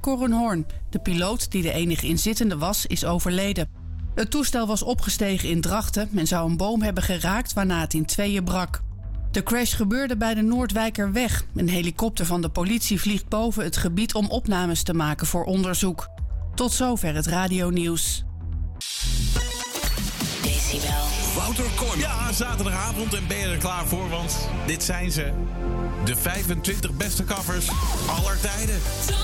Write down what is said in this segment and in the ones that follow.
Korenhoorn. De piloot, die de enige inzittende was, is overleden. Het toestel was opgestegen in Drachten en zou een boom hebben geraakt waarna het in tweeën brak. De crash gebeurde bij de Noordwijkerweg. Een helikopter van de politie vliegt boven het gebied om opnames te maken voor onderzoek. Tot zover het radionieuws. Decibel. Wouter Koorn. Ja, zaterdagavond en ben je er klaar voor, want dit zijn ze. De 25 beste covers aller tijden.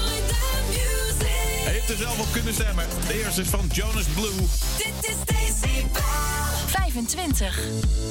Je hebt er zelf op kunnen stemmen. De eerste is van Jonas Blue. Dit is Decibel 25.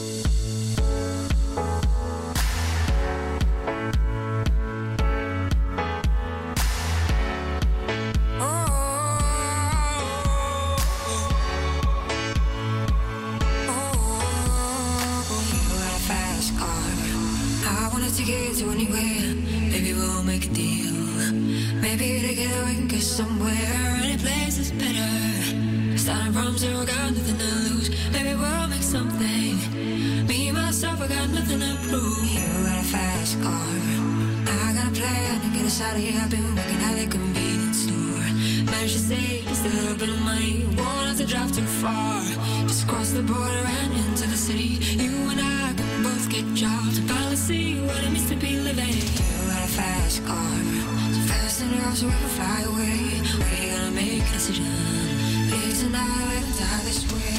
To get to anywhere, maybe we'll make a deal. Maybe together we can get somewhere. Any place is better. Starting from zero, got nothing to lose. Maybe we'll make something. Me, myself, I got nothing to prove. You got a fast car. I got a plan to get us out of here. I've been working at the convenience store. Managed to save just a little bit of money. Won't have to drive too far. Just cross the border and into the city. You and I can both get jobs and finally see what it means to be living. You got a fast car, so fast enough so we can fly away. We're gonna make a decision. Live tonight, live and die this way.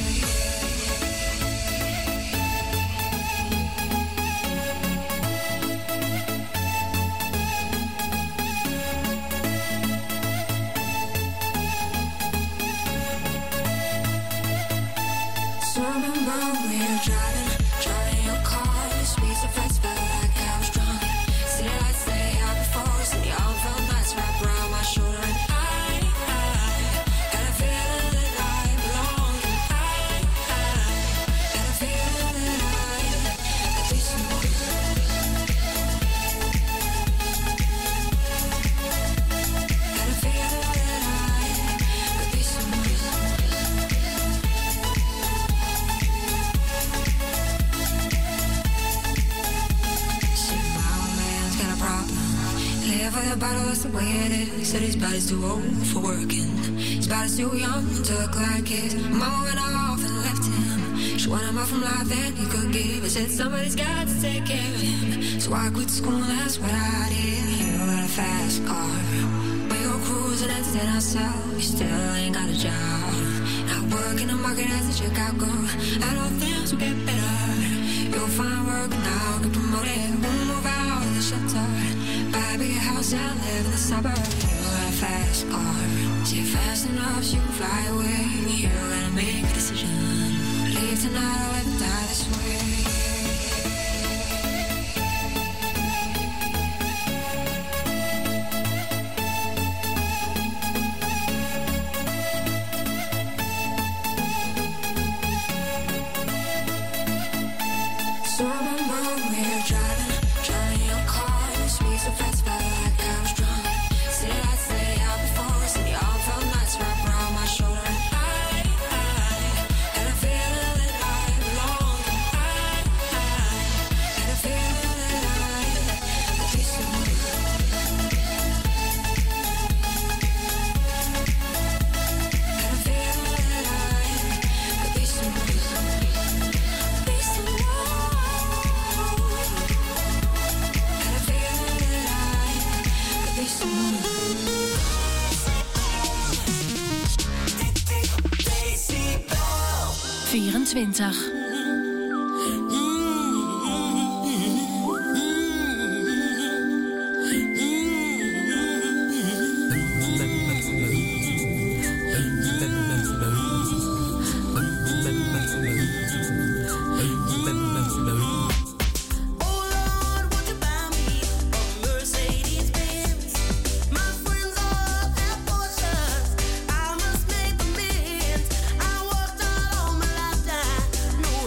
Said his body's too old for working. His body's too young to look like his. Mama went off and left him. She wanted more from life than he could give. I said somebody's got to take care of him. So I quit school, that's what I did. You got a fast car. We go cruising, entertain ourselves. You still ain't got a job. Not working the market as a Chicago. I know things will get better. You'll find work now, get promoted. We'll move out of the shelter. Buy a bigger house and live in the suburbs. Fast car, say fast enough so you can fly away. You're gonna make a decision. Leave tonight or live and die this way. So remember when we were driving your car, the speed so fast, felt like I was drunk. No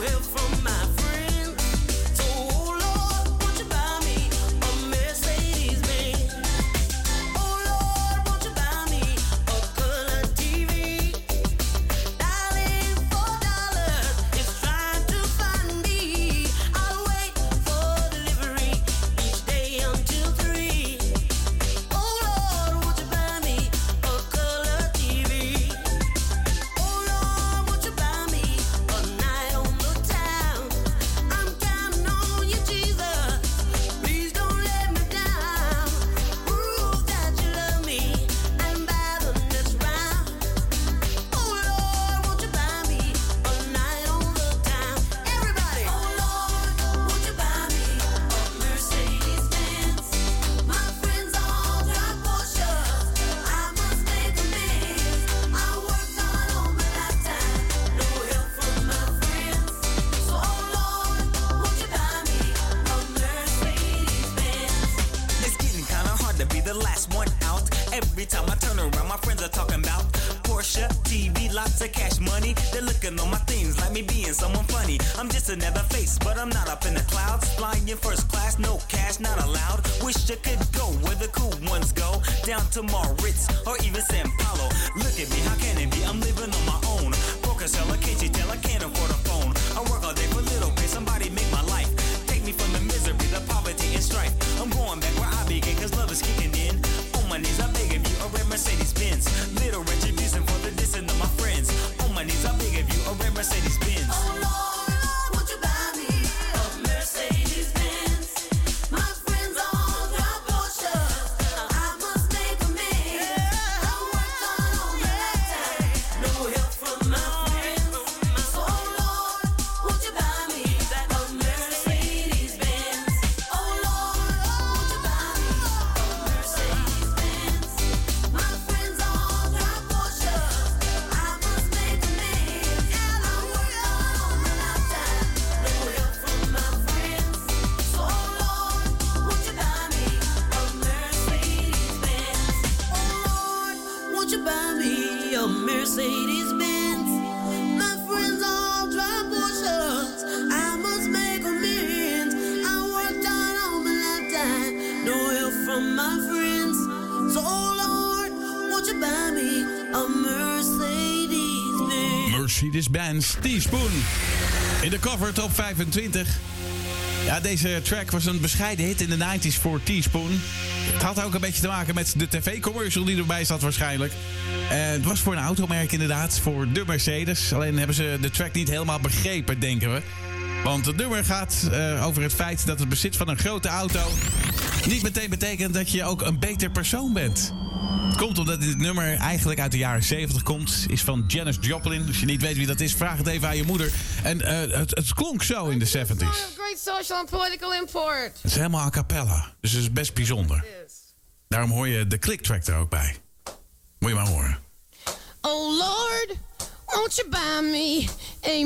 I turn around, my friends are talking about Porsche, TV, lots of cash money. They're looking on my things like me being someone funny. I'm just another face, but I'm not up in the clouds. Flying in first class, no cash, not allowed. Wish I could go where the cool ones go. Down to Moritz or even San Paulo. Look at me, how can it be? I'm living on my own. Broke as hell, can't you tell? I can't afford a phone. I work all day for little pay. Somebody make my life. Take me from the misery, the poverty and strife. I'm going back where I began, cause love is kicking in. On my knees, I beg of you, a red Mercedes Benz. Little retribution for the dissing of my friends. On my knees, I beg of you, a red Mercedes Benz. Oh Lord, won't you buy me a Mercedes Benz? My friends all drive Porsches. I must make amends. I worked all my lifetime, no help from my friends. So Lord, won't you buy me a Mercedes Benz? Oh Lord, won't you buy me a Mercedes Benz? My friends all drive Porsches. I must make amends. I worked all my lifetime, no help from my friends. So Lord, won't you buy me a Mercedes Benz? Oh Lord, won't you buy me a Mercedes Benz? My friends all drive Porsches. I must make amends. I worked hard all my lifetime, no help from my friends. So Lord, won't you buy me a Mercedes Benz? Mercedes-Benz, Teaspoon. In de cover top 25. Ja, deze track was een bescheiden hit in de 90s voor Teaspoon. Het had ook een beetje te maken met de tv-commercial die erbij zat waarschijnlijk. Het was voor een automerk inderdaad, voor de Mercedes. Alleen hebben ze de track niet helemaal begrepen, denken we. Want het nummer gaat over het feit dat het bezit van een grote auto niet meteen betekent dat je ook een beter persoon bent. Het komt omdat dit nummer eigenlijk uit de jaren 70 komt. Is van Janis Joplin. Als je niet weet wie dat is, vraag het even aan je moeder. En het klonk zo in de 70s. Great social and political import. Het is helemaal a cappella. Dus het is best bijzonder. Daarom hoor je de clicktrack er ook bij. Moet je maar horen. Oh Lord, won't you buy me a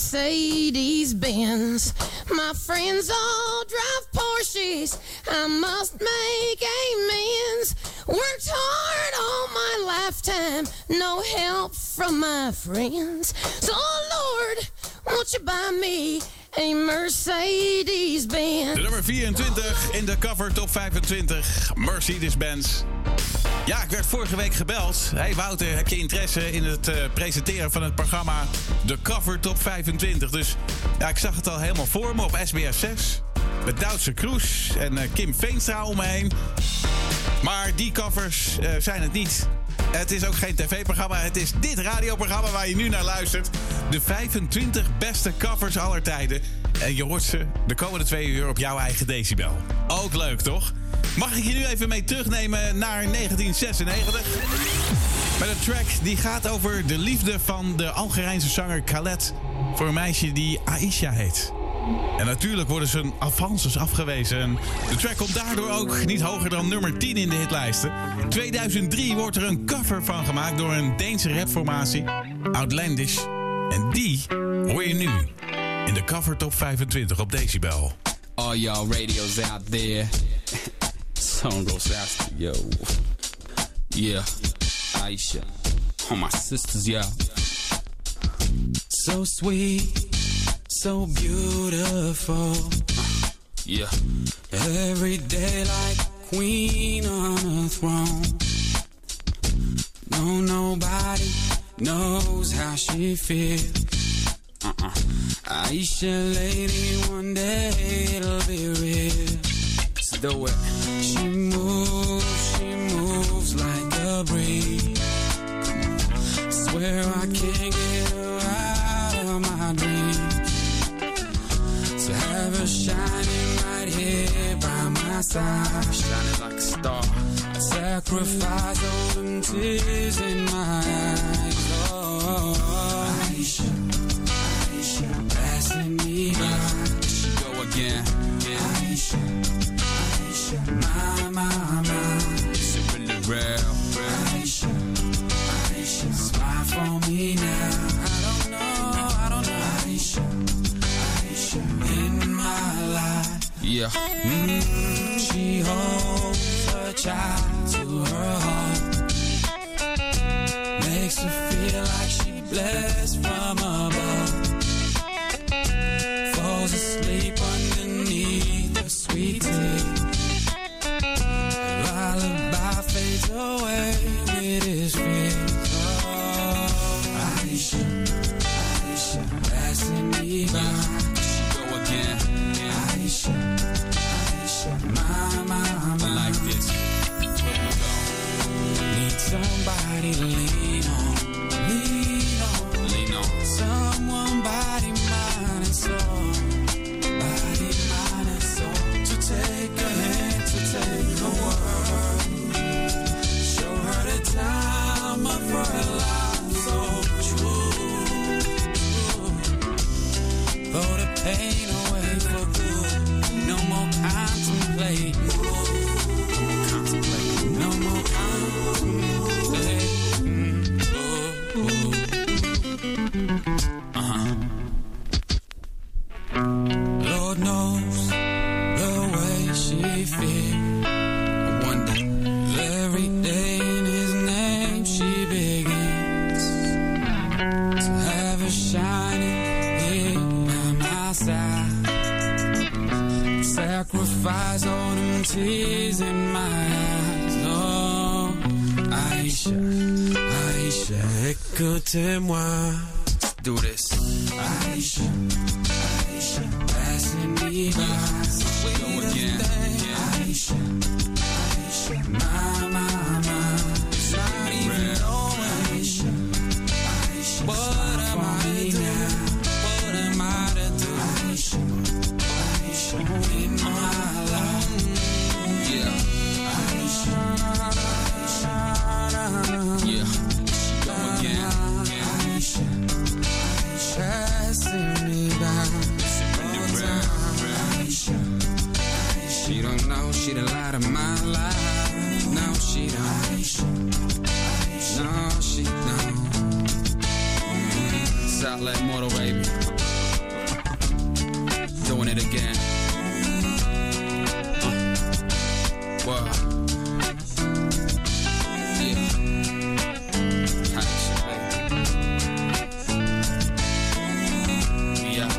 Mercedes-Benz? My friends all drive Porsches. I must make amends. Worked hard all my lifetime, no help from my friends. So Lord, won't you buy me a Mercedes-Benz? De nummer 24 in de cover top 25. Mercedes-Benz. Ja, ik werd vorige week gebeld. Hey Wouter, heb je interesse in het presenteren van het programma De Cover Top 25? Dus ja, ik zag het al helemaal voor me op SBS 6. Met Duitse Kroes en Kim Veenstra om me heen. Maar die covers zijn het niet. Het is ook geen tv-programma. Het is dit radioprogramma waar je nu naar luistert. De 25 beste covers aller tijden. En je hoort ze de komende 2 uur op jouw eigen decibel. Ook leuk, toch? Mag ik je nu even mee terugnemen naar 1996? Met een track die gaat over de liefde van de Algerijnse zanger Khaled voor een meisje die Aisha heet. En natuurlijk worden zijn avances afgewezen. En de track komt daardoor ook niet hoger dan nummer 10 in de hitlijsten. 2003 wordt er een cover van gemaakt door een Deense rapformatie, Outlandish. En die hoor je nu in de cover top 25 op Decibel. All y'all radios out there. Song goes out to yo. Yeah, Aisha. All my sisters, yeah. So sweet, so beautiful. Yeah, every day like queen on a throne. No, nobody knows how she feels. Aisha, lady, one day it'll be real. Let's do it. She moves like a breeze. Swear I can't get her out of my dreams. To have her shining right here by my side, shining like a star. I sacrifice all them tears in my eyes. Oh, Aisha, passing me by. Here she go again. Aisha, my. Is it really real? Aisha, smile for me now. I don't know. Aisha, in my life. Yeah. She holds her child to her heart. blessed from above. Falls asleep underneath the sweet tea. Lullaby fades away with his feet. Oh, Aisha, Aisha, passing me by. She go again. Aisha, Aisha, my, like this. Where we go? Need somebody to lean on, lean on, lean on. Someone body, mind, and soul. Body, mind, and soul. To take a hand, to take the world. Show her the time of her life, so true. Throw the pain away for good. No more contemplating. No more contemplating. Lord knows the way she feels. I wonder every day in his name she begins to have a shining here by my side. Sacrifice all them tears in my eyes. Oh, Aisha, Aisha, écoutez-moi. Let's do this. Aisha, Aisha, passing me by. We go again. Aisha, Aisha, my. It's not even knowing. Aisha, Aisha, what am I to do? What am I to do? Aisha, Aisha, in my life. Yeah. Aisha, Aisha, yeah. Go again. Aisha, Aisha, passing me by. Aisha, she don't know she the light of my life. No, she don't. No, she don't. Southlet Mortal, baby. Doing it again. Whoa. Yeah. Aisha, baby. Yeah.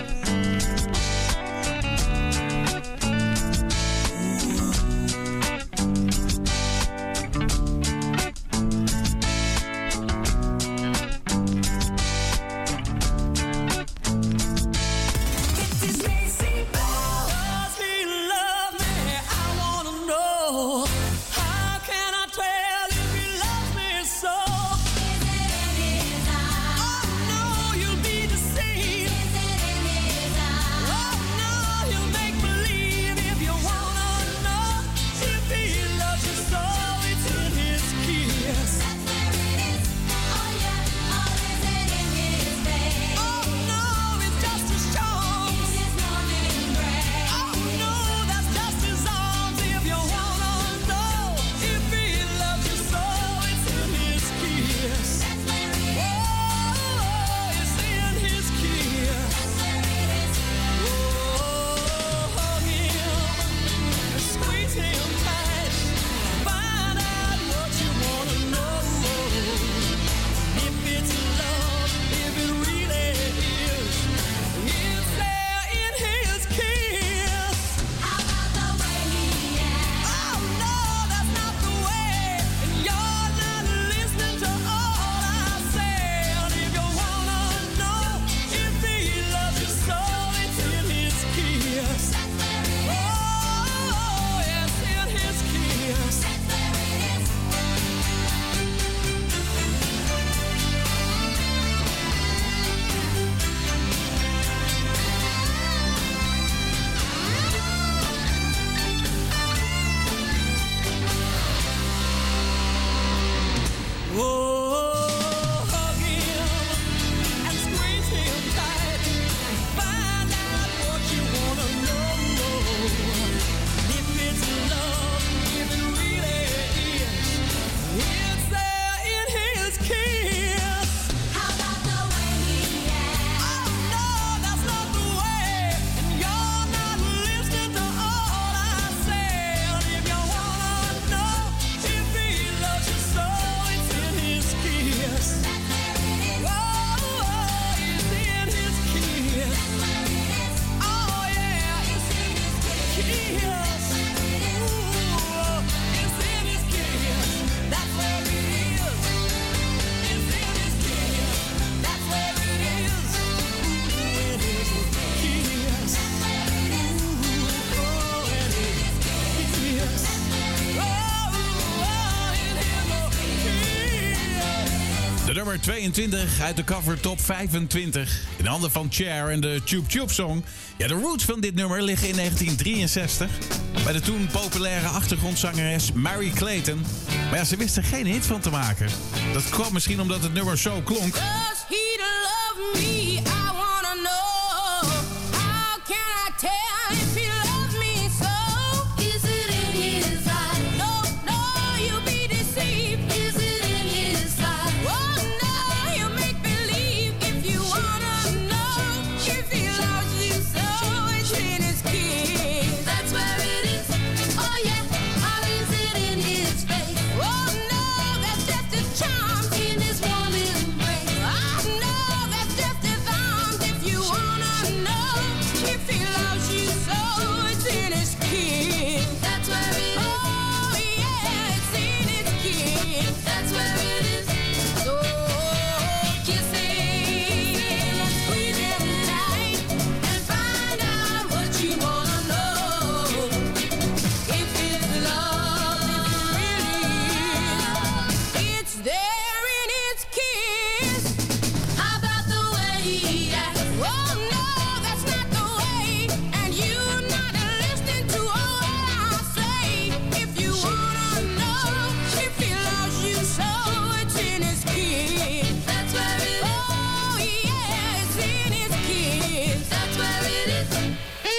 De nummer 22 uit de cover top 25. In handen van Cher en de Tube Tube Song. Ja, de roots van dit nummer liggen in 1963. Bij de toen populaire achtergrondzangeres Mary Clayton. Maar ja, ze wist er geen hit van te maken. Dat kwam misschien omdat het nummer zo klonk. Does he love me? I wanna know. How can I tell if he loves me so? Is it in his eyes? No, no, you'll be deceived. Is it in his eyes? Oh no, you make believe. If you wanna know if he loves you so, it's in his kiss. That's where it is. Oh yeah, or is it in his face? Oh no, that's just a charm in his warm embrace. I know that's just his arms. If you wanna know if he loves you so, it's in his kiss. That's where it is. Oh yeah, it's in his kiss. That's where it is. So kiss him and squeeze him tight and find out what you wanna know. If it's love, if it really is, it's there in its kiss. How about the way he acts? Oh no, that's not the way. And you're not listening to all I say. If you wanna know if he loves you so, it's in his kiss. That's where it is. Oh yeah, it's in his kiss. That's where it is.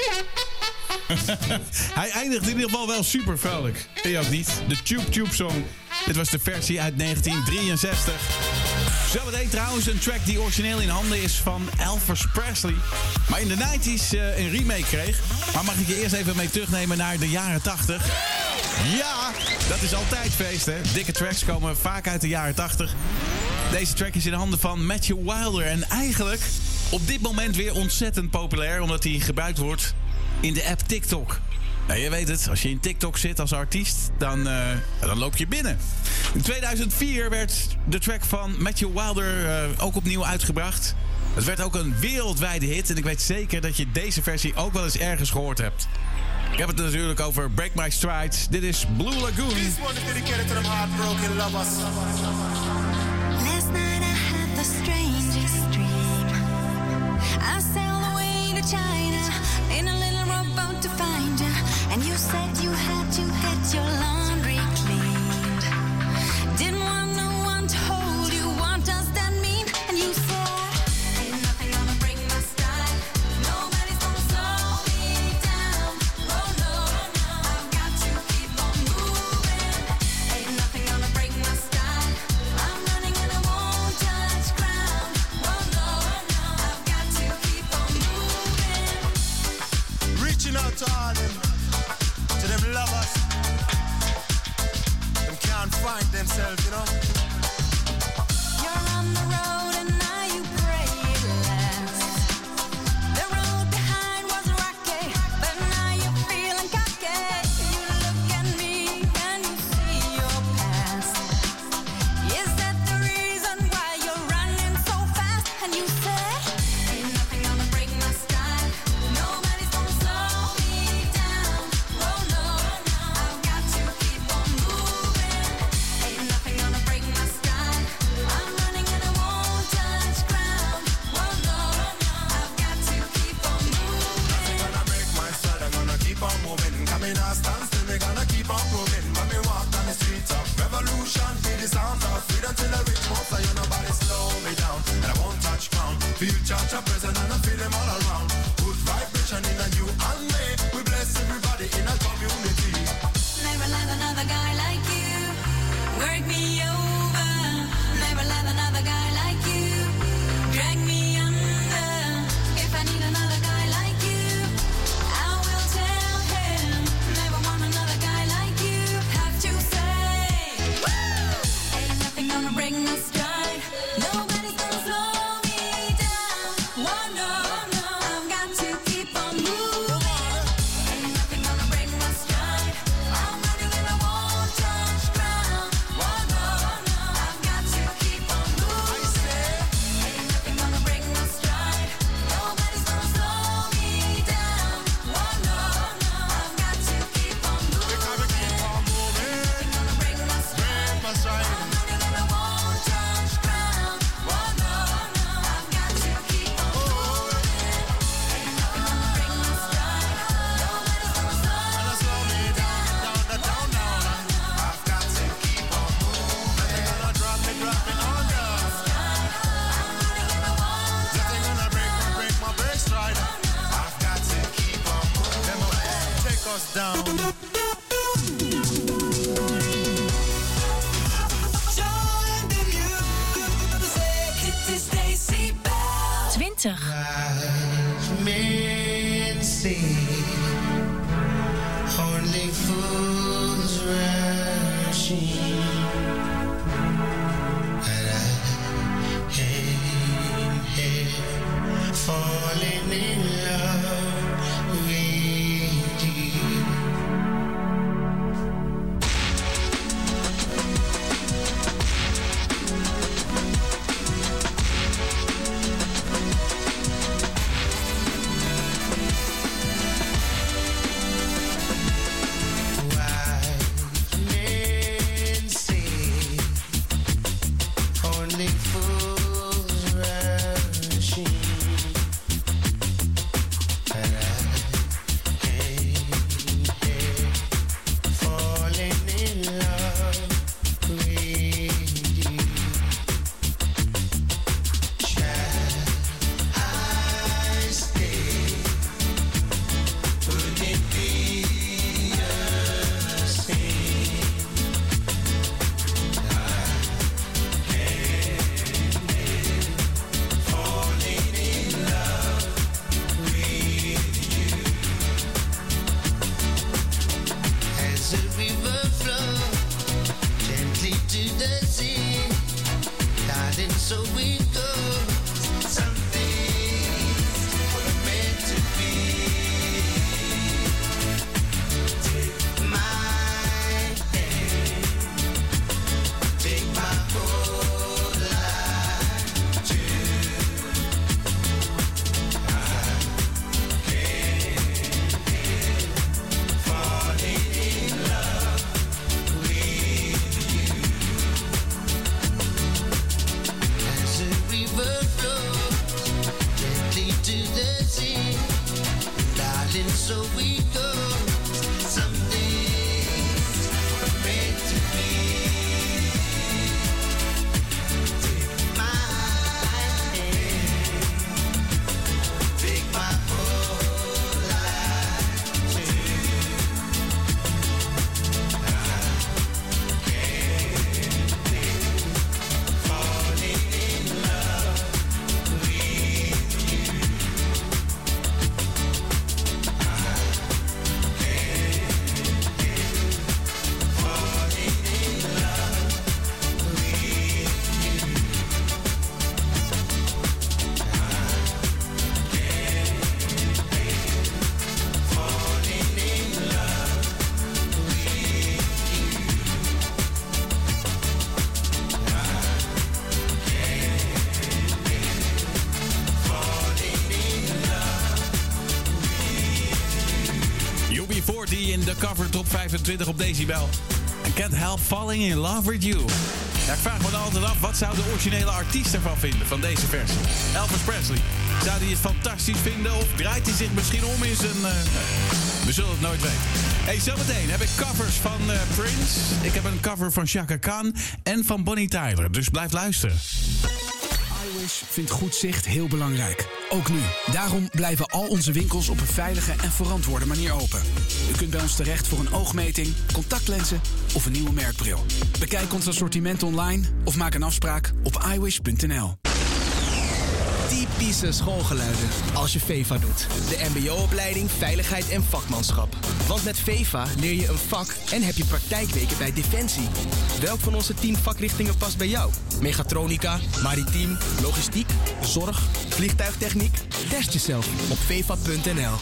Hij eindigt in ieder geval wel super vrolijk. Je ook niet. De Tube Tube Song. Dit was de versie uit 1963. Zometeen trouwens een track die origineel in handen is van Elvis Presley. Maar in de 90's een remake kreeg. Maar mag ik je eerst even mee terugnemen naar de jaren 80? Ja, dat is altijd feest, hè. Dikke tracks komen vaak uit de jaren 80. Deze track is in handen van Matthew Wilder. En eigenlijk op dit moment weer ontzettend populair, omdat hij gebruikt wordt in de app TikTok. Nou, je weet het, als je in TikTok zit als artiest, dan loop je binnen. In 2004 werd de track van Matthew Wilder ook opnieuw uitgebracht. Het werd ook een wereldwijde hit en ik weet zeker dat je deze versie ook wel eens ergens gehoord hebt. Ik heb het natuurlijk over Break My Strides. Dit is Blue Lagoon. This one is dedicated to them heartbroken lovers. Last night I had the strangest dream. I sailed away to China in a little rowboat to find you. And you said you had to get your laundry cleaned. Didn't want no one to hold you. What does that mean? And you said, ain't nothing gonna break my style. Nobody's gonna slow me down. Oh no, I've got to keep on moving. Ain't nothing gonna break my style. I'm running and I won't touch ground. Oh no, I've got to keep on moving. Reaching out to all them, to them lovers. Them can't find themselves, you know. You're on the road and now you pray it lasts. The road behind was rocky, but now you're feeling cocky. You look at me and you see your past. Is that the reason why you're running so fast? And you say, ain't nothing gonna break my style. Nobody's gonna slow me down. Oh no, I've got to keep on moving. Ain't nothing gonna break my style. I'm running and I won't touch ground. Oh no, I've got to keep on moving. Gonna break my stride, I'm gonna keep on moving. Coming out, stand still, we gonna keep on proving. When we walk down the streets of revolution, feel the sound of freedom till I reach more. So you nobody slow me down, and I won't touch ground. Feel Cha-Cha present and I feel them all around. Good vibration in a you and me. We bless everybody in a community. Never let another guy like you work me over. Never let another guy like you drag me under. If I need another guy like you, I will tell him. Never want another guy like you. Have to say, woo! Ain't nothing gonna break my stride. Nobody's gonna slow me down. Oh no, I've got to keep on moving. Ain't nothing gonna break my stride. I'm running and I won't touch ground. Oh no, I've got to keep on moving. Ain't nothing gonna break my stride. Nobody's gonna slow me down. Oh no, I've got to keep on moving. Keep on moving. Nothing gonna break my stride. Break my stride. I'm running and I won't touch ground. down. Join the music. Dit is Decibel. 20. Men say only fools rushing, but I ain't here falling in love with you. in de cover top 25 op Decibel. I can't help falling in love with you. Ja, ik vraag me dan altijd af, wat zou de originele artiest ervan vinden, van deze versie? Elvis Presley. Zou hij het fantastisch vinden of draait hij zich misschien om in zijn... we zullen het nooit weten. Hey, zometeen heb ik covers van Prince. Ik heb een cover van Chaka Khan en van Bonnie Tyler. Dus blijf luisteren. iWish vindt goed zicht heel belangrijk. Ook nu. Daarom blijven al onze winkels op een veilige en verantwoorde manier open. U kunt bij ons terecht voor een oogmeting, contactlenzen of een nieuwe merkbril. Bekijk ons assortiment online of maak een afspraak op iWish.nl. Typische schoolgeluiden als je VEVA doet. De mbo-opleiding Veiligheid en Vakmanschap. Want met VEVA leer je een vak en heb je praktijkweken bij Defensie. Welk van onze 10 vakrichtingen past bij jou? Mechatronica, maritiem, logistiek, zorg, vliegtuigtechniek? Test jezelf op veva.nl.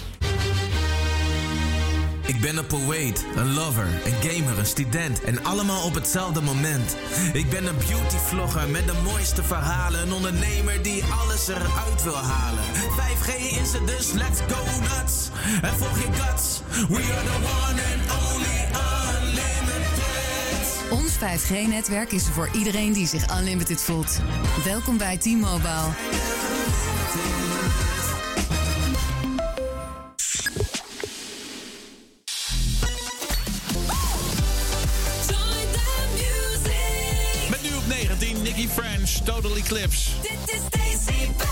Ik ben een poëet, een lover, een gamer, een student en allemaal op hetzelfde moment. Ik ben een beautyvlogger met de mooiste verhalen, een ondernemer die alles eruit wil halen. 5G is het dus, let's go nuts. En volg je guts, we are the one and only unlimited. Ons 5G-netwerk is er voor iedereen die zich unlimited voelt. Welkom bij T-Mobile. Nicki French, Total Eclipse. Dit is Decibel.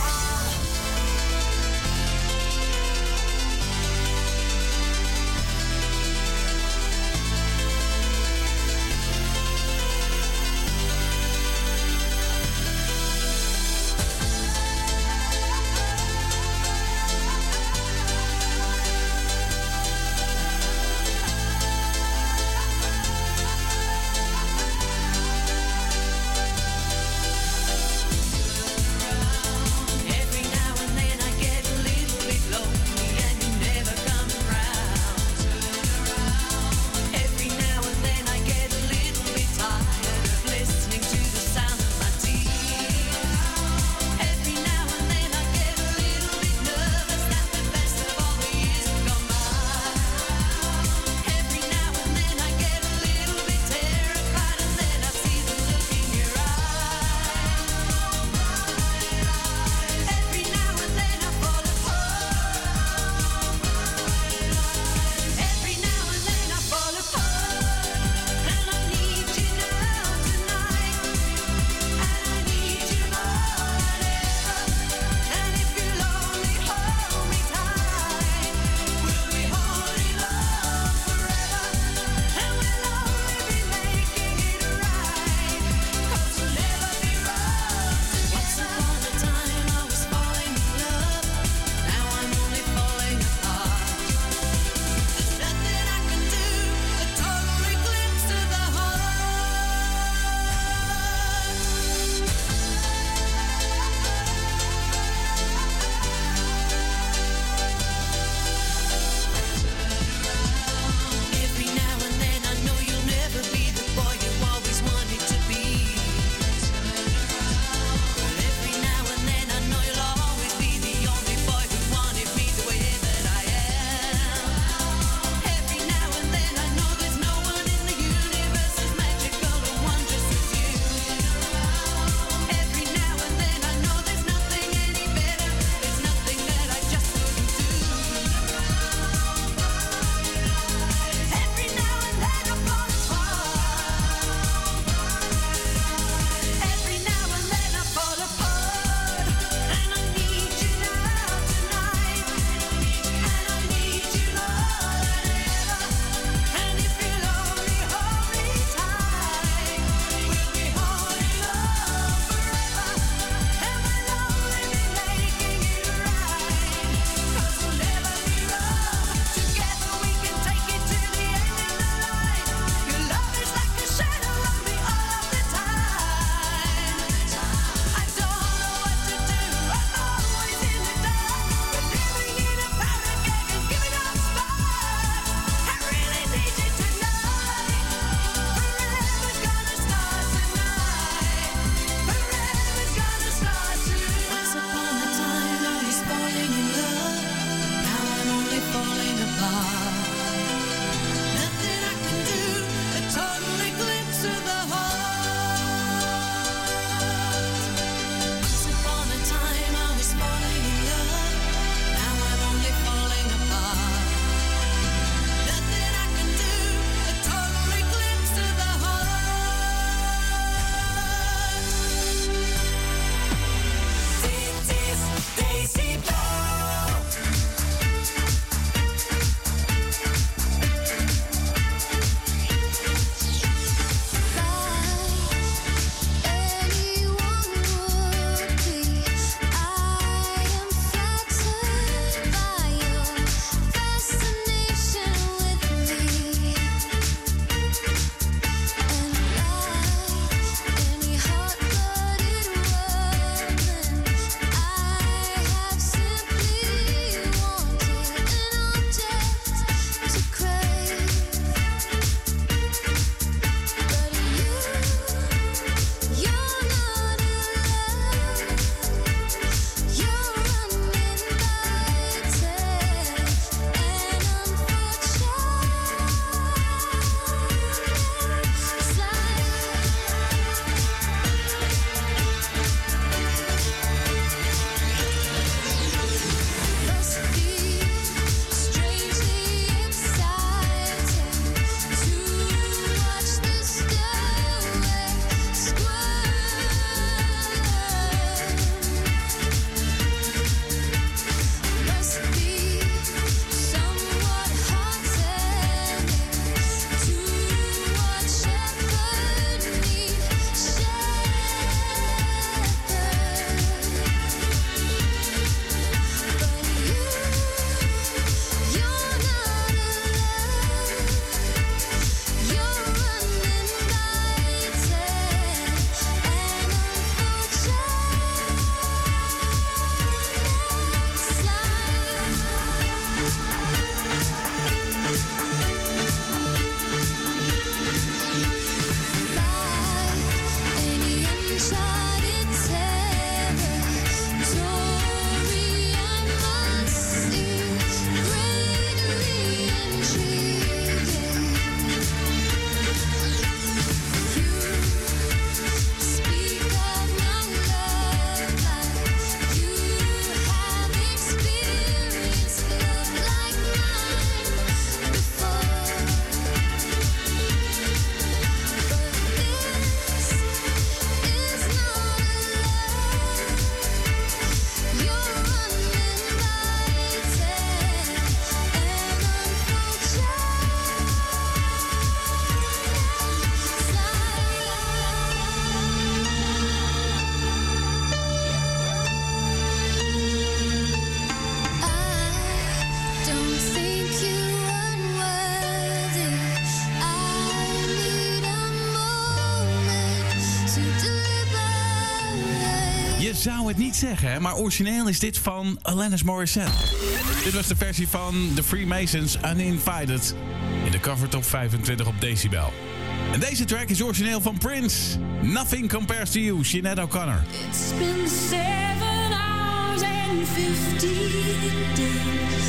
Je zou het niet zeggen, hè? Maar origineel is dit van Alanis Morissette. Dit was de versie van The Freemasons Uninvited in de cover top 25 op Decibel. En deze track is origineel van Prince. Nothing Compares to You, Sinead O'Connor. It's been 7 hours and 15 days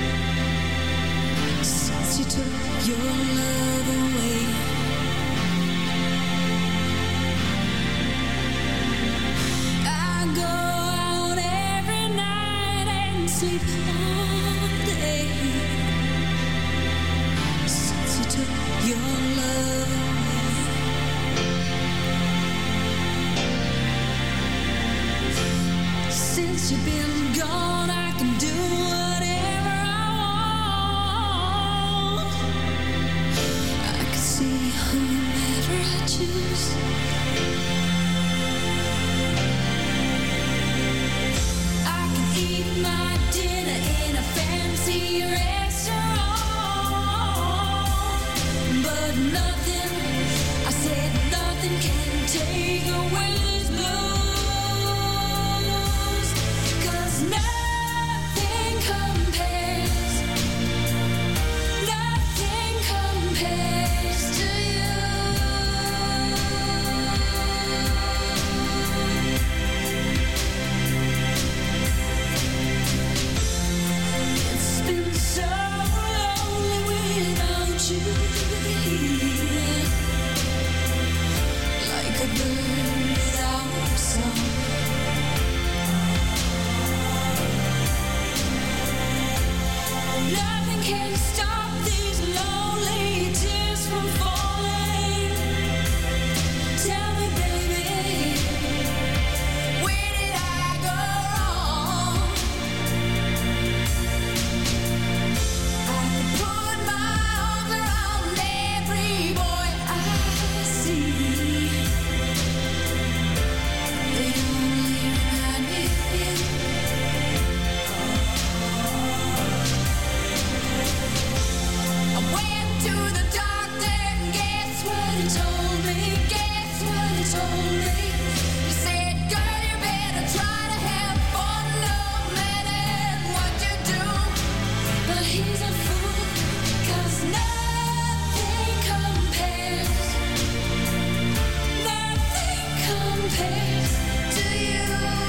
since you took your love away. I go out every night and sleep all day since you took your love away. Since you've been gone, I can do whatever I want. I can see whomever I choose. I can eat my dinner in a fancy restaurant, but nothing, I said nothing can take away this blues. Nothing compares to you. It's been so lonely without you here, like a bird without a song. Nothing can stop these lonely tears from falling. Tell me, baby, where did I go wrong? I could put my arms around every boy I see. They only remind me of you. I went to the doctor and guess what he told me? Guess what he told me? He said, girl, you better try to have fun no matter what you do. But he's a fool, 'cause nothing compares to you.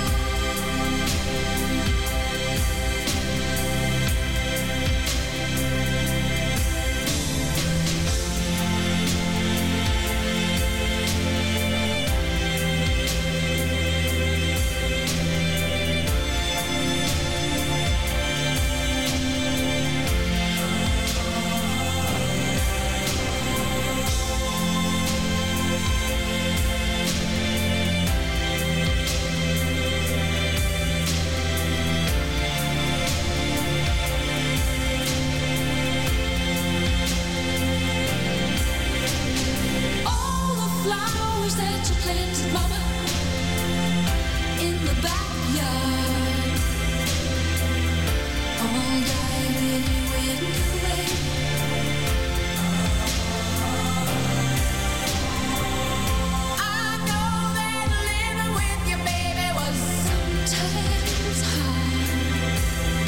All the flowers that you planted, mama, in the backyard, all died when you went away. I know that living with your baby was sometimes hard,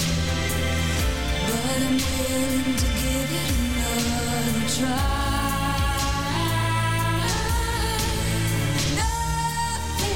but I'm willing to give it another try. Nothing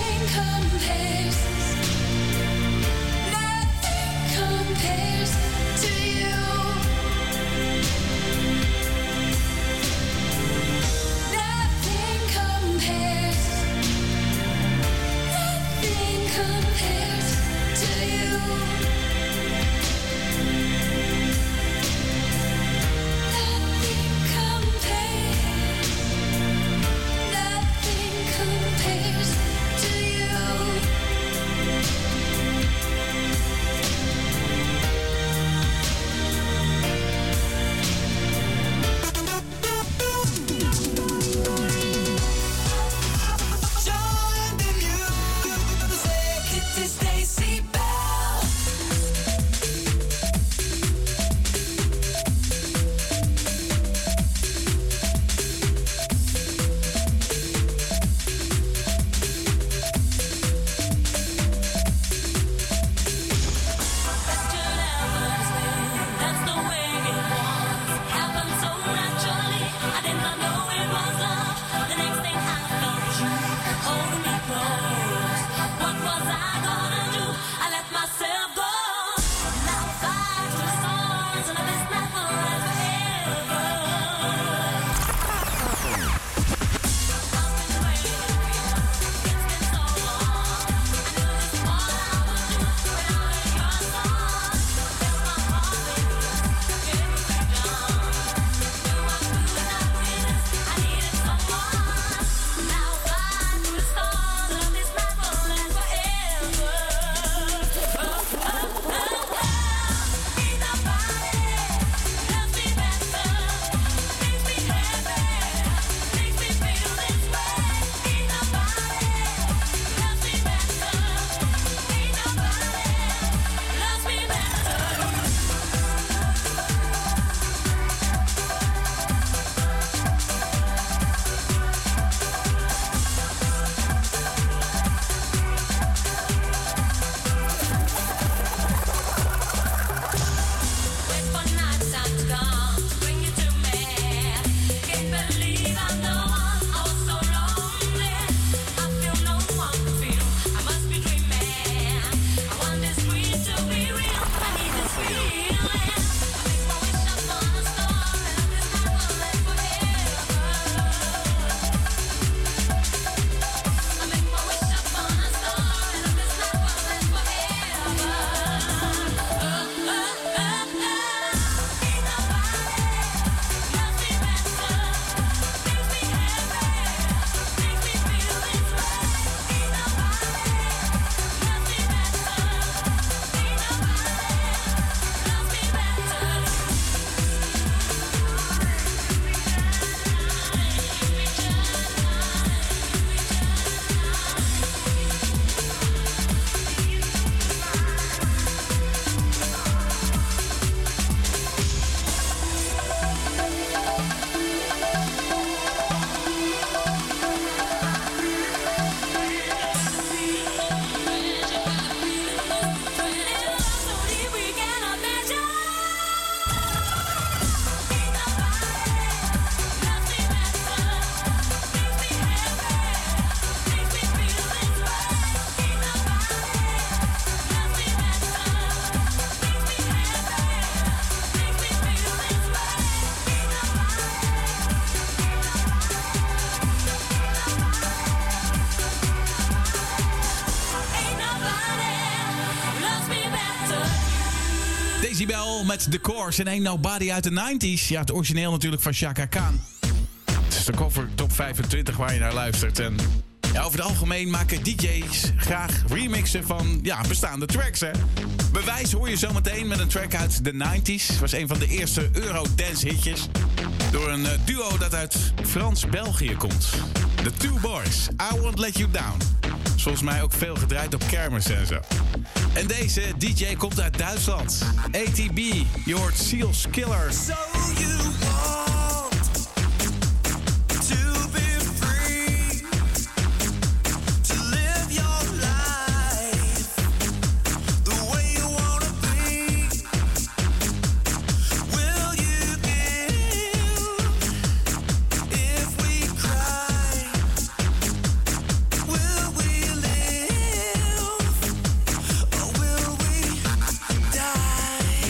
Decibel met The Course en Ain't Nobody uit de 90s. Ja, het origineel natuurlijk van Chaka Khan. Het is de cover top 25 waar je naar luistert. En ja, over het algemeen maken DJ's graag remixen van bestaande tracks, hè. Bewijs hoor je zometeen met een track uit de 90s. Het was een van de eerste Eurodance hitjes. Door een duo dat uit Frans-België komt. The Two Boys, I Won't Let You Down. Volgens mij ook veel gedraaid op kermis en zo. En deze DJ komt uit Duitsland. ATB, je hoort Seals Killer. So you want to be free, to live your life the way you wanna be. Will you give if we cry? Will we live or will we die?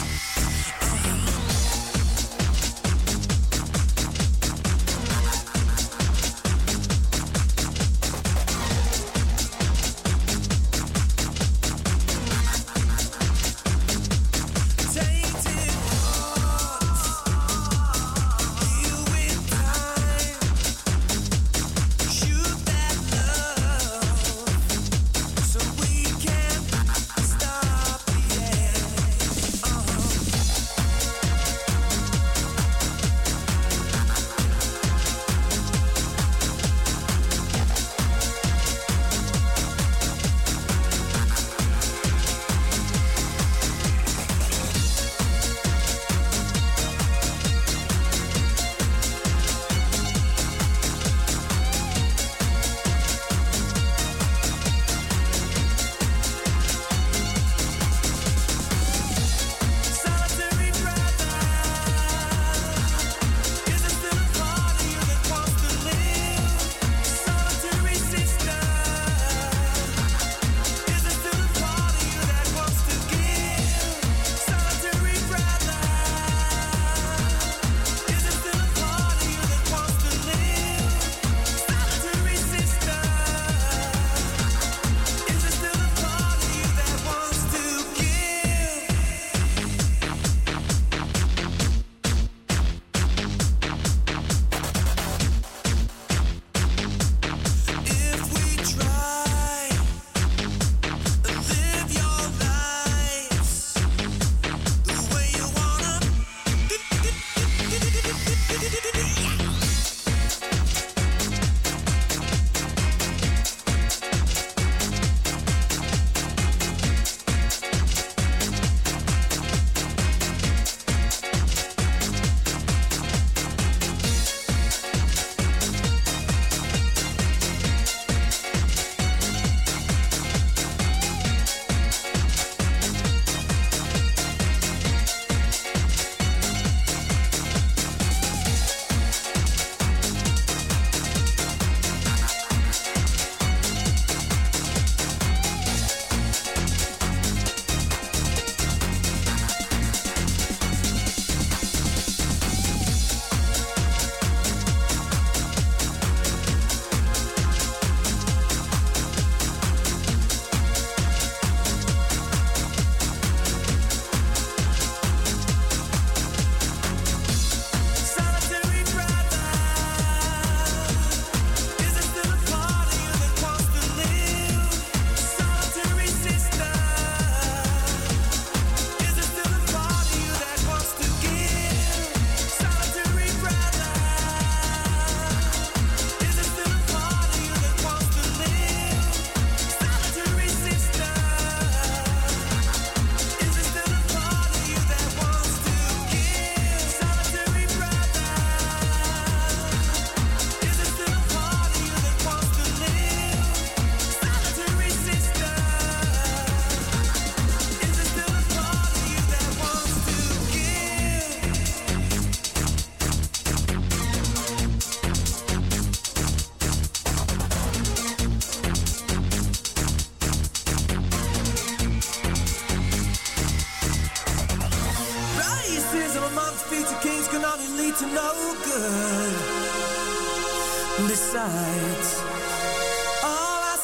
to no good. Besides, all our sons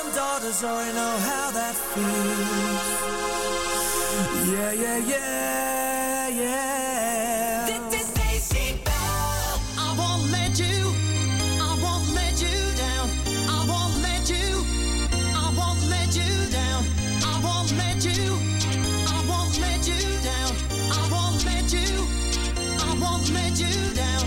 them daughters already know how that feels. Yeah, yeah, yeah, yeah. This Daisy Bell. I won't let you. I won't let you down. I won't let you. I won't let you down. I won't let you. I won't let you down. I won't let you. I won't let you down.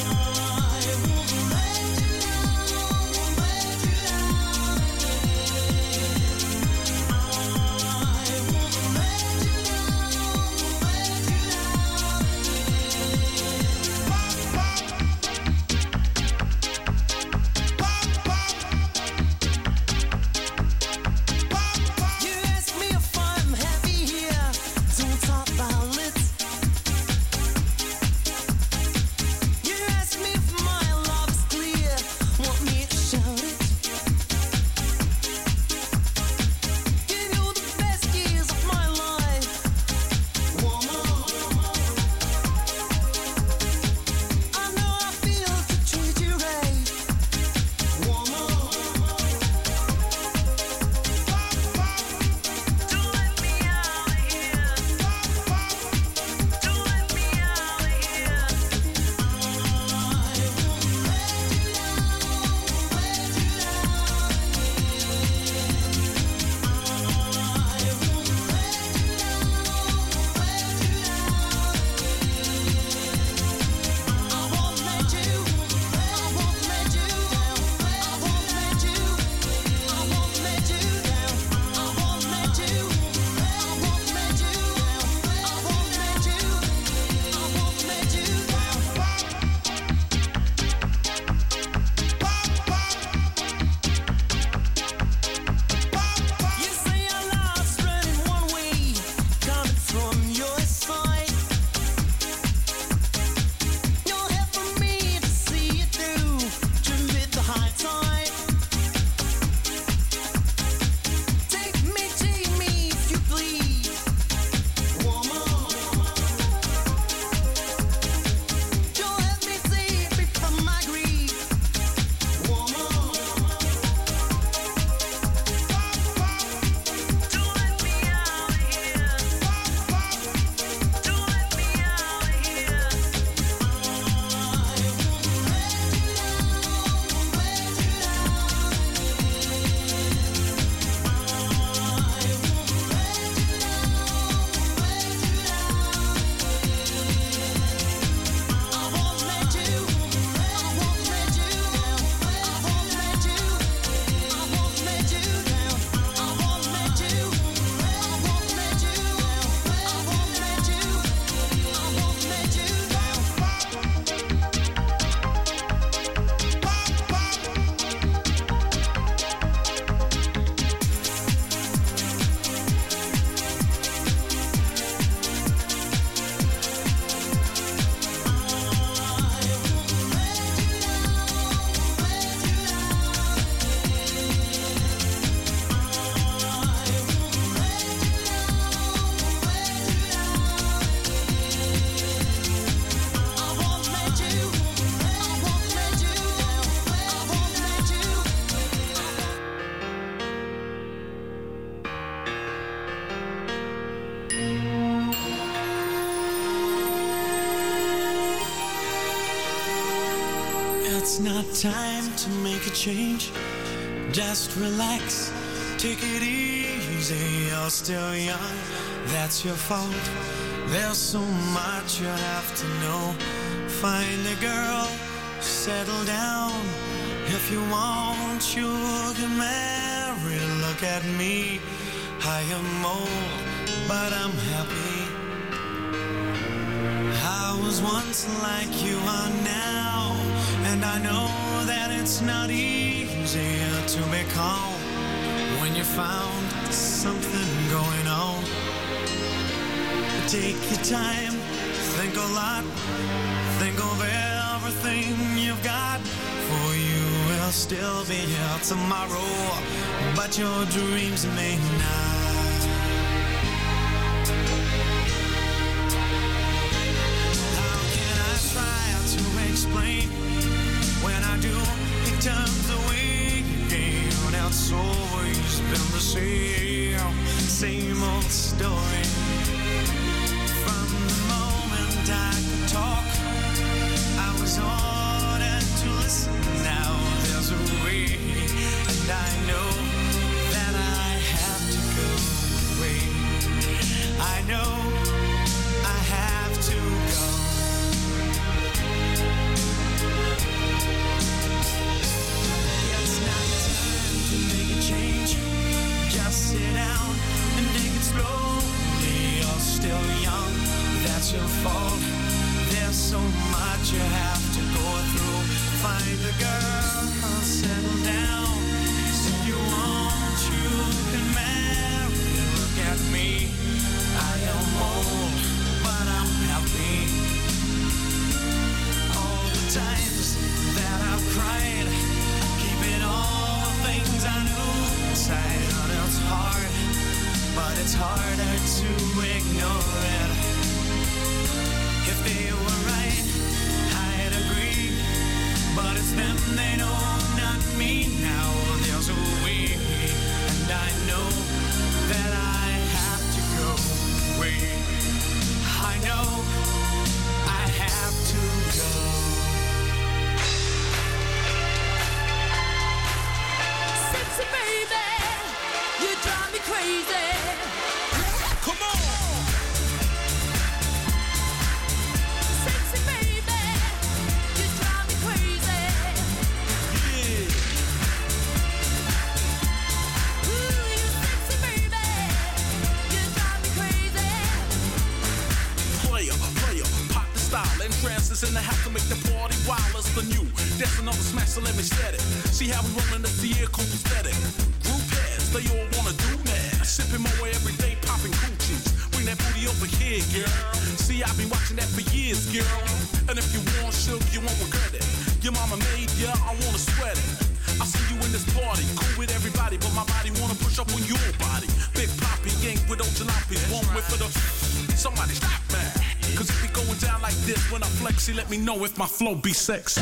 It's not time to make a change. Just relax, take it easy. You're still young, that's your fault. There's so much you have to know. Find a girl, settle down. If you want, you can marry. Look at me, I am old, but I'm happy. I was once like you are now, and I know that it's not easy to be calm when you found something going on. Take your time, think a lot, think of everything you've got. For you will still be here tomorrow, but your dreams may not. How can I try to explain? When I do, it turns away again. it's always been the same old story. From the moment I could talk, I was ordered to listen. Now there's a way, and I know that I have to go away. I know I have to go. It's not time to make a change. Just sit down and take it slowly. You're still young, that's your fault. There's so much you have to go through. Find a girl, settle down. If you want, you can marry. Look at me, I am old, but I'm happy. All the times that I've cried, keeping all the things I knew inside. And it's hard, but it's harder to ignore it. If they were right, I'd agree. But it's them, they know, not me. Now there's a way, and I know that I have to go away. I know I have to go. Sexy baby, you drive me crazy. Come on! Sexy baby, you drive me crazy. Yeah. Ooh, you sexy baby, you drive me crazy. Player, pop the style. Entrances in the house to make the party wildest than you. That's another smash, so let me set it. See how we rollin' up the air, cool aesthetic. Group heads, they all wanna do that. Sipping my way every day, popping coochies. Bring that booty over here, girl. See, I've been watching that for years, girl. And if you want sugar, you won't regret it. Your mama made ya, I wanna sweat it. I see you in this party, cool with everybody, but my body wanna push up on your body. Big Poppy, yank with old jalopies, one whip for the... Somebody stop that. Cause if we going down like this, when I flex, see, let me know if my flow be sexy.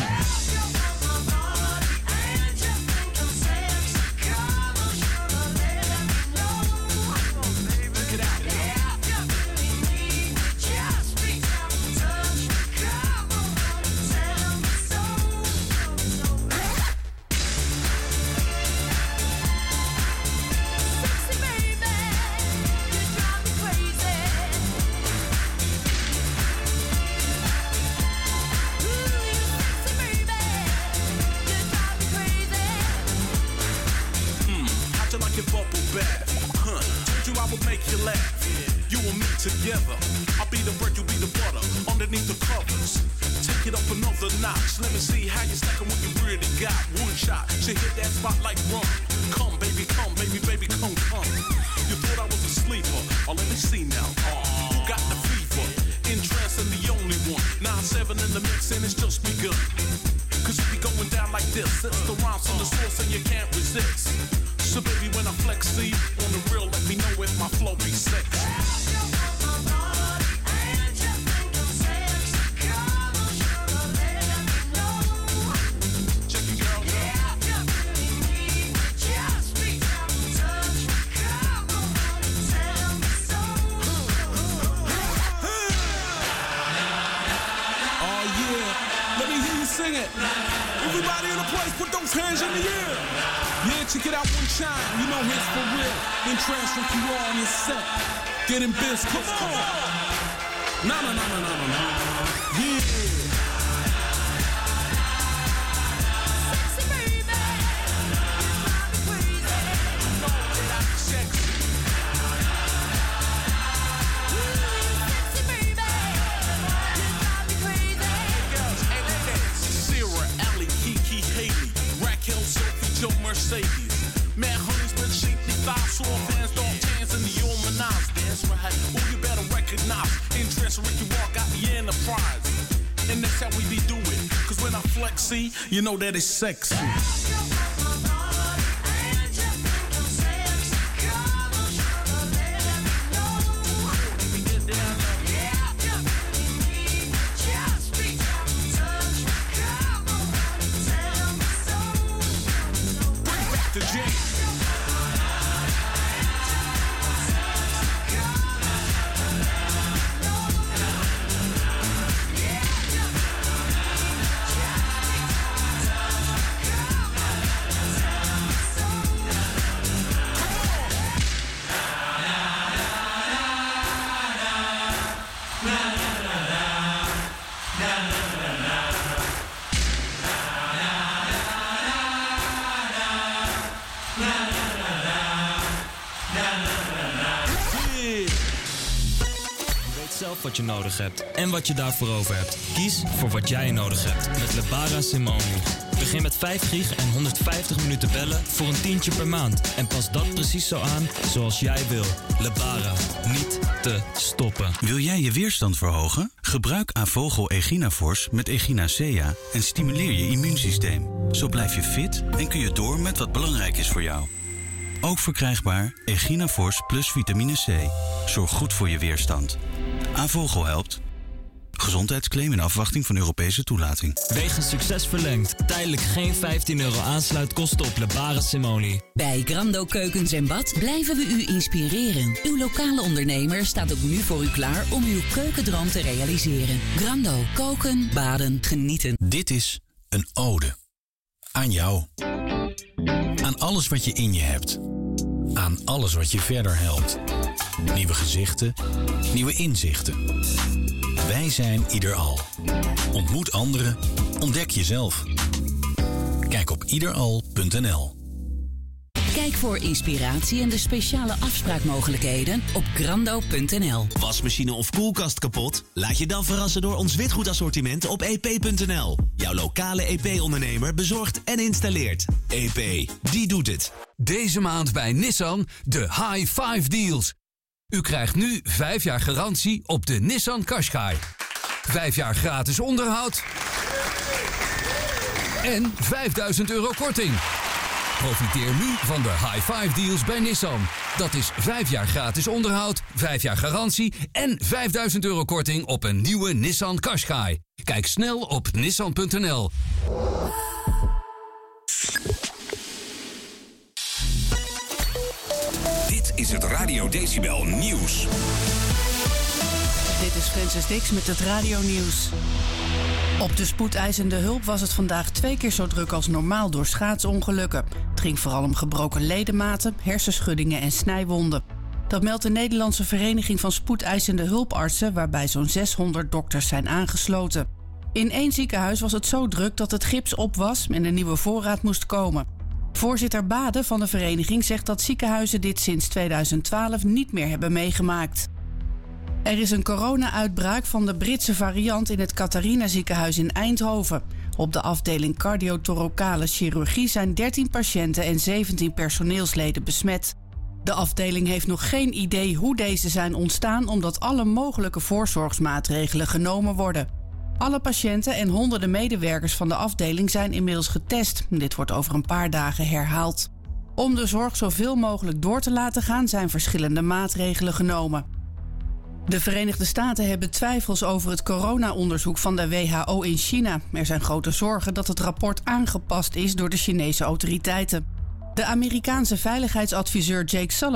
Together, I'll be the bread, you be the butter. Underneath the covers, take it up another notch. Let me see how you stackin' what you really got. One shot, she hit that spot like rum. Come, baby, baby, come. You thought I was a sleeper? Oh, let me see now. Who got the fever? Interest in the only one. 9-7 in the mix and it's just begun. Cause if you going down like this, it's the rhymes on the source and you can't resist. So baby, when I flex, see on the real, let me know if my flow be sexy. Sing it. Everybody in the place, put those hands in the air. Yeah, check it out one time. You know it's for real. Then transfer you on your set. Getting biz, come on. No. Yeah. Mercedes, man, honeys with sheep, the thighs, sore fans, dog tans, and the Illuminati. That's right. Oh, you better recognize. Interest, Ricky Walk got the enterprise, and that's how we be doing. Cause when I flex, see, you know that it's sexy. The jam. zelf wat je nodig hebt en wat je daarvoor over hebt. Kies voor wat jij nodig hebt met Lebara Simone. Begin met 5 gig en 150 minuten bellen voor een tientje per maand. En pas dat precies zo aan zoals jij wil. Lebara, niet te stoppen. Wil jij je weerstand verhogen? Gebruik Avogel Eginafors met Echinacea en stimuleer je immuunsysteem. Zo blijf je fit en kun je door met wat belangrijk is voor jou. Ook verkrijgbaar Eginafors plus vitamine C. Zorg goed voor je weerstand. Avogel helpt. Gezondheidsclaim in afwachting van Europese toelating. Wegens succes verlengd. Tijdelijk geen €15 aansluitkosten op Lebara Simone. Bij Grando Keukens en Bad blijven we u inspireren. Uw lokale ondernemer staat ook nu voor u klaar om uw keukendroom te realiseren. Grando, koken, baden, genieten. Dit is een ode aan jou. Aan alles wat je in je hebt. Aan alles wat je verder helpt. Nieuwe gezichten, nieuwe inzichten. Wij zijn Iederal. Ontmoet anderen, ontdek jezelf. Kijk op iederal.nl. Kijk voor inspiratie en de speciale afspraakmogelijkheden op grando.nl. Wasmachine of koelkast kapot? Laat je dan verrassen door ons witgoedassortiment op ep.nl. Jouw lokale EP-ondernemer bezorgt en installeert. EP, die doet het. Deze maand bij Nissan de High 5 Deals. U krijgt nu 5 jaar garantie op de Nissan Qashqai. 5 jaar gratis onderhoud. En €5.000 korting. Profiteer nu van de High 5 Deals bij Nissan. Dat is 5 jaar gratis onderhoud, 5 jaar garantie en €5.000 korting op een nieuwe Nissan Qashqai. Kijk snel op nissan.nl. Dit is het Radio Decibel Nieuws. Dit is Francis Dix met het Radio Nieuws. Op de spoedeisende hulp was het vandaag 2 keer zo druk als normaal door schaatsongelukken. Het ging vooral om gebroken ledematen, hersenschuddingen en snijwonden. Dat meldt de Nederlandse Vereniging van Spoedeisende Hulpartsen, waarbij zo'n 600 dokters zijn aangesloten. In 1 ziekenhuis was het zo druk dat het gips op was en een nieuwe voorraad moest komen. Voorzitter Bade van de vereniging zegt dat ziekenhuizen dit sinds 2012 niet meer hebben meegemaakt. Er is een corona-uitbraak van de Britse variant in het Catharina ziekenhuis in Eindhoven. Op de afdeling cardiothoracale chirurgie zijn 13 patiënten en 17 personeelsleden besmet. De afdeling heeft nog geen idee hoe deze zijn ontstaan, omdat alle mogelijke voorzorgsmaatregelen genomen worden. Alle patiënten en honderden medewerkers van de afdeling zijn inmiddels getest. Dit wordt over een paar dagen herhaald. Om de zorg zoveel mogelijk door te laten gaan zijn verschillende maatregelen genomen. De Verenigde Staten hebben twijfels over het corona-onderzoek van de WHO in China. Er zijn grote zorgen dat het rapport aangepast is door de Chinese autoriteiten. De Amerikaanse veiligheidsadviseur Jake Sullivan